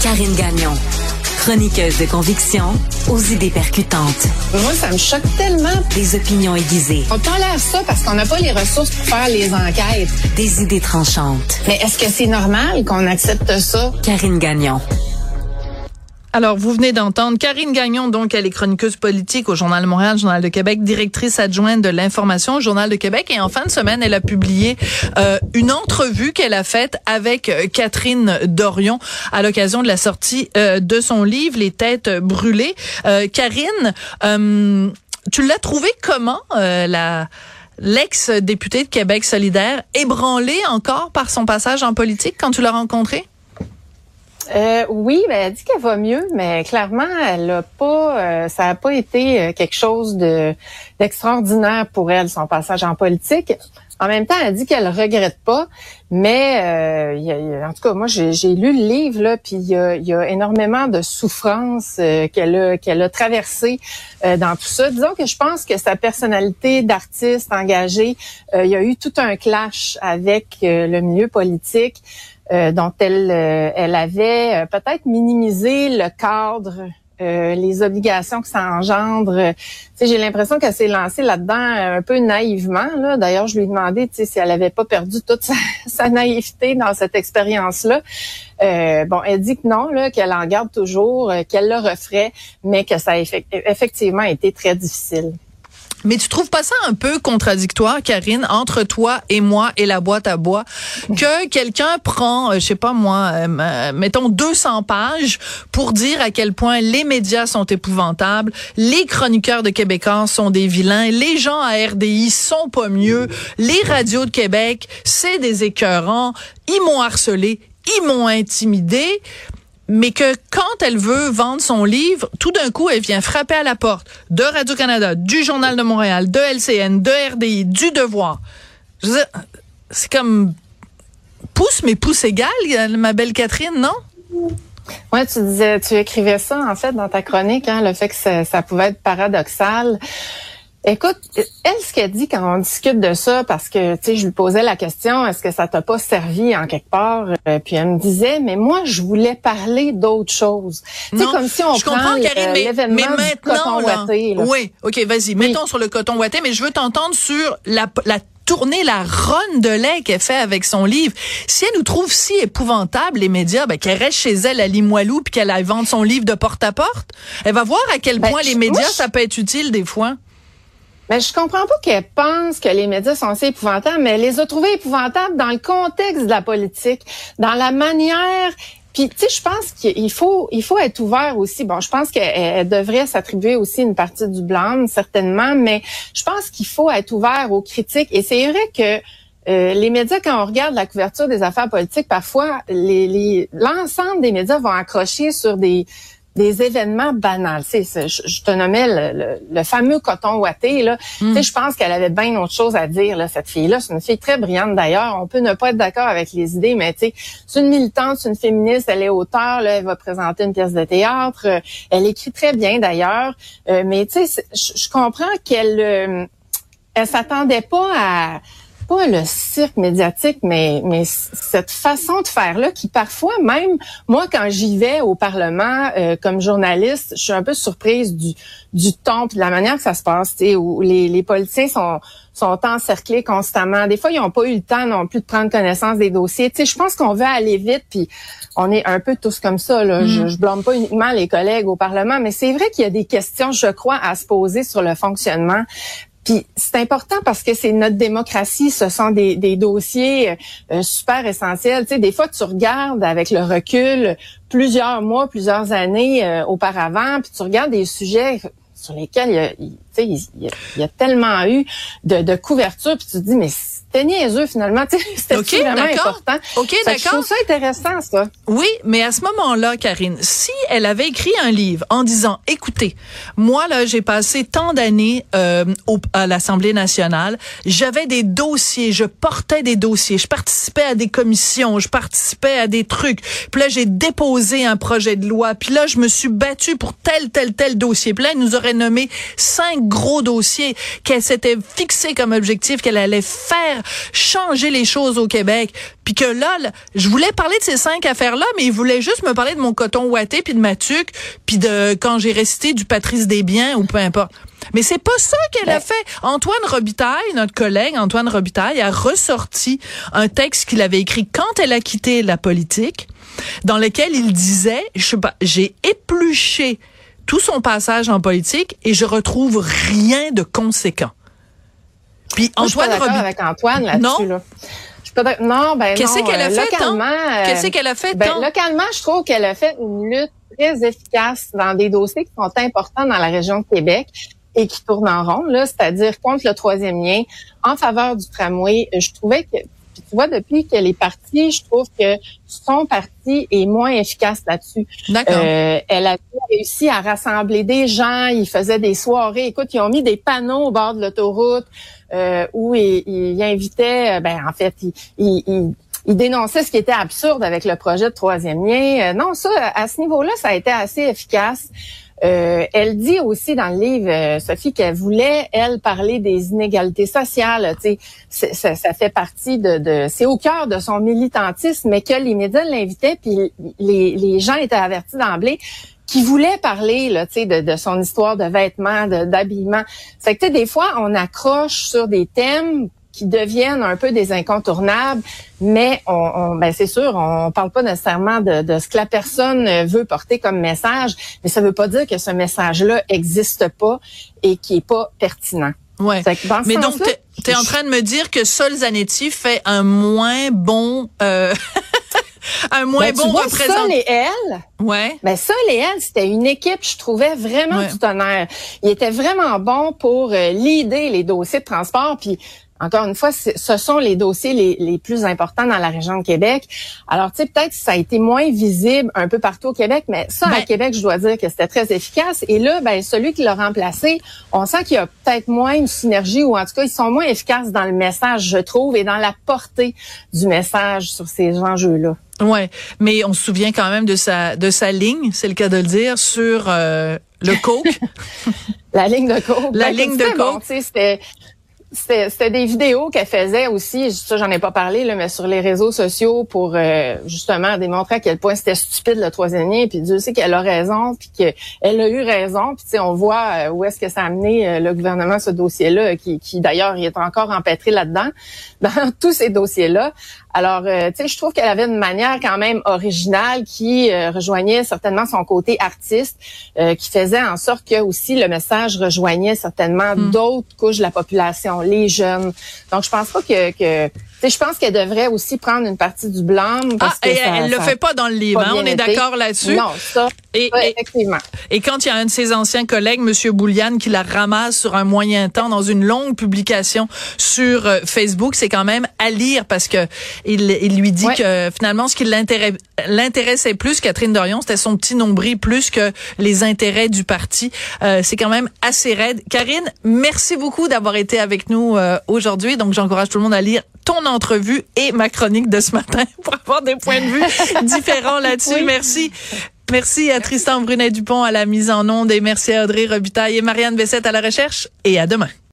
Karine Gagnon, chroniqueuse de conviction aux idées percutantes. Moi, ça me choque tellement. Des opinions aiguisées. On tolère ça parce qu'on n'a pas les ressources pour faire les enquêtes. Des idées tranchantes. Mais est-ce que c'est normal qu'on accepte ça? Karine Gagnon. Alors, vous venez d'entendre Karine Gagnon, donc elle est chroniqueuse politique au Journal de Montréal, Journal de Québec, directrice adjointe de l'information au Journal de Québec. Et en fin de semaine, elle a publié une entrevue qu'elle a faite avec Catherine Dorion à l'occasion de la sortie de son livre Les têtes brûlées. Karine, tu l'as trouvé comment, l'ex-députée de Québec solidaire, ébranlée encore par son passage en politique quand tu l'as rencontrée? Oui, ben, elle dit qu'elle va mieux, mais clairement, elle a pas, ça a pas été quelque chose d'extraordinaire pour elle, son passage en politique. En même temps, elle dit qu'elle regrette pas, mais en tout cas, moi, j'ai lu le livre là, puis il y a énormément de souffrances qu'elle a traversées dans tout ça. Disons que je pense que sa personnalité d'artiste engagée, il y a eu tout un clash avec le milieu politique. Dont elle avait peut-être minimisé le cadre, les obligations que ça engendre. J'ai l'impression qu'elle s'est lancée là-dedans un peu naïvement. Là. D'ailleurs, je lui ai demandé si elle avait pas perdu toute sa naïveté dans cette expérience-là. Elle dit que non, là, qu'elle en garde toujours, qu'elle le referait, mais que ça a effectivement été très difficile. Mais tu trouves pas ça un peu contradictoire, Karine, entre toi et moi et la boîte à bois, que quelqu'un prend, je sais pas moi, mettons 200 pages pour dire à quel point les médias sont épouvantables, les chroniqueurs de Québécois sont des vilains, les gens à RDI sont pas mieux, les radios de Québec, c'est des écœurants, ils m'ont harcelé, ils m'ont intimidé. Mais que quand elle veut vendre son livre, tout d'un coup, elle vient frapper à la porte de Radio-Canada, du Journal de Montréal, de LCN, de RDI, du Devoir. Je veux dire, c'est comme pouce égal, ma belle Catherine, non? Ouais, tu écrivais ça, en fait, dans ta chronique, hein, le fait que ça pouvait être paradoxal. Écoute, elle, ce qu'elle dit quand on discute de ça, parce que, tu sais, je lui posais la question, est-ce que ça t'a pas servi en quelque part? Puis elle me disait, mais moi, je voulais parler d'autre chose. C'est comme si on prend l'événement du coton ouaté. Là. Oui, OK, vas-y, mettons sur le coton ouaté, mais je veux t'entendre sur la tournée, la run de lait qu'elle fait avec son livre. Si elle nous trouve si épouvantable, les médias, qu'elle reste chez elle à Limoilou puis qu'elle aille vendre son livre de porte à porte, elle va voir à quel point les médias, ça peut être utile des fois. Mais je comprends pas qu'elle pense que les médias sont assez épouvantables, mais elle les a trouvés épouvantables dans le contexte de la politique, dans la manière. Puis, tu sais, je pense qu'il faut être ouvert aussi. Bon, je pense qu'elle devrait s'attribuer aussi une partie du blâme, certainement, mais je pense qu'il faut être ouvert aux critiques. Et c'est vrai que les médias, quand on regarde la couverture des affaires politiques, parfois, l'ensemble des médias vont accrocher sur des événements banals. Je te nommais le fameux coton ouaté, là. Je pense qu'elle avait bien autre chose à dire, là, cette fille-là. C'est une fille très brillante, d'ailleurs. On peut ne pas être d'accord avec les idées, mais c'est une militante, c'est une féministe, elle est auteure, là, elle va présenter une pièce de théâtre. Elle écrit très bien, d'ailleurs. Mais je comprends qu'elle elle s'attendait pas le cirque médiatique, mais cette façon de faire-là qui parfois, même moi, quand j'y vais au Parlement comme journaliste, je suis un peu surprise du ton et de la manière que ça se passe, où les politiciens sont encerclés constamment. Des fois, ils n'ont pas eu le temps non plus de prendre connaissance des dossiers. Je pense qu'on veut aller vite, puis on est un peu tous comme ça. Là. Je blâme pas uniquement les collègues au Parlement, mais c'est vrai qu'il y a des questions, je crois, à se poser sur le fonctionnement. Puis c'est important parce que c'est notre démocratie, ce sont des dossiers super essentiels. Tu sais, des fois tu regardes avec le recul plusieurs mois, plusieurs années auparavant, puis tu regardes des sujets sur lesquels il y a tellement eu de couverture, puis tu te dis mais c'était niaiseux finalement, c'était vraiment important. OK, d'accord. Je trouve ça intéressant, ça. Oui, mais à ce moment-là, Karine, si elle avait écrit un livre en disant, écoutez, moi là, j'ai passé tant d'années à l'Assemblée nationale, j'avais des dossiers, je portais des dossiers, je participais à des commissions, je participais à des trucs, puis là j'ai déposé un projet de loi, puis là je me suis battue pour tel dossier, puis là elle nous aurait nommé 5 gros dossiers, qu'elle s'était fixé comme objectif, qu'elle allait faire changer les choses au Québec. Puis que là, je voulais parler de ces 5 affaires-là, mais il voulait juste me parler de mon coton ouaté, puis de ma tuque, puis de quand j'ai récité du Patrice Desbiens ou peu importe. Mais c'est pas ça qu'elle a fait. Antoine Robitaille, notre collègue Antoine Robitaille, a ressorti un texte qu'il avait écrit quand elle a quitté la politique, dans lequel il disait, je sais pas, j'ai épluché tout son passage en politique et je retrouve rien de conséquent. Puis Antoine Robitaille, je suis pas d'accord avec Antoine là-dessus. Là. Non, ben qu'est-ce qu'elle a fait, qu'est-ce qu'elle a fait, localement, je trouve qu'elle a fait une lutte très efficace dans des dossiers qui sont importants dans la région de Québec et qui tournent en rond, là, c'est-à-dire contre le troisième lien, en faveur du tramway. Je trouvais que, tu vois, depuis qu'elle est partie, je trouve que son parti est moins efficace là-dessus. D'accord. Elle a réussi à rassembler des gens, ils faisaient des soirées. Écoute, ils ont mis des panneaux au bord de l'autoroute où ils invitaient, en fait, ils dénonçaient ce qui était absurde avec le projet de troisième lien. Non, ça, à ce niveau-là, ça a été assez efficace. Elle dit aussi dans le livre, Sophie, qu'elle voulait, elle, parler des inégalités sociales. Tu sais, ça fait partie c'est au cœur de son militantisme, mais que les médias l'invitaient, puis les gens étaient avertis d'emblée qui voulait parler là, tu sais, de son histoire de vêtements, d'habillement. C'est que tu sais, des fois, on accroche sur des thèmes qui deviennent un peu des incontournables, mais c'est sûr, on parle pas nécessairement de ce que la personne veut porter comme message, mais ça veut pas dire que ce message-là existe pas et qui est pas pertinent. Ouais. Mais donc, t'es en train de me dire que Sol Zanetti fait un moins bon un moins bon représentant. Sol et elle. Ouais. Sol et elle, c'était une équipe, je trouvais vraiment du tonnerre. Il était vraiment bon pour leader les dossiers de transport, puis encore une fois, ce sont les dossiers les plus importants dans la région de Québec. Alors, tu sais, peut-être que ça a été moins visible un peu partout au Québec, mais ça, à Québec, je dois dire que c'était très efficace. Et là, celui qui l'a remplacé, on sent qu'il y a peut-être moins une synergie, ou en tout cas, ils sont moins efficaces dans le message, je trouve, et dans la portée du message sur ces enjeux-là. Ouais, mais on se souvient quand même de sa ligne, c'est le cas de le dire, sur le coke. La ligne de coke. La ligne de coke. Bon, tu sais, c'était des vidéos qu'elle faisait aussi, ça j'en ai pas parlé là, mais sur les réseaux sociaux pour justement démontrer à quel point c'était stupide le troisième lien, puis Dieu sait qu'elle a raison, puis qu'elle a eu raison, puis tu sais on voit où est-ce que ça a amené le gouvernement ce dossier-là, qui d'ailleurs il est encore empêtré là-dedans, dans tous ces dossiers-là. Alors, tu sais, je trouve qu'elle avait une manière quand même originale qui rejoignait certainement son côté artiste, qui faisait en sorte que aussi le message rejoignait certainement d'autres couches de la population, les jeunes. Donc, je pense pas que tu sais, je pense qu'elle devrait aussi prendre une partie du blâme. Elle le fait pas dans le livre, hein, on est d'accord là-dessus. Non, ça, effectivement. Et quand il y a un de ses anciens collègues, M. Bouliane, qui la ramasse sur un moyen temps dans une longue publication sur Facebook, c'est quand même à lire parce que il lui dit que finalement, ce qui l'intéressait plus, Catherine Dorion, c'était son petit nombril plus que les intérêts du parti. C'est quand même assez raide. Karine, merci beaucoup d'avoir été avec nous aujourd'hui. Donc, j'encourage tout le monde à lire ton entrevue et ma chronique de ce matin pour avoir des points de vue différents là-dessus. Oui. Merci. Merci à Tristan Brunet-Dupont à la mise en onde et merci à Audrey Robitaille et Marianne Bessette à la recherche et à demain.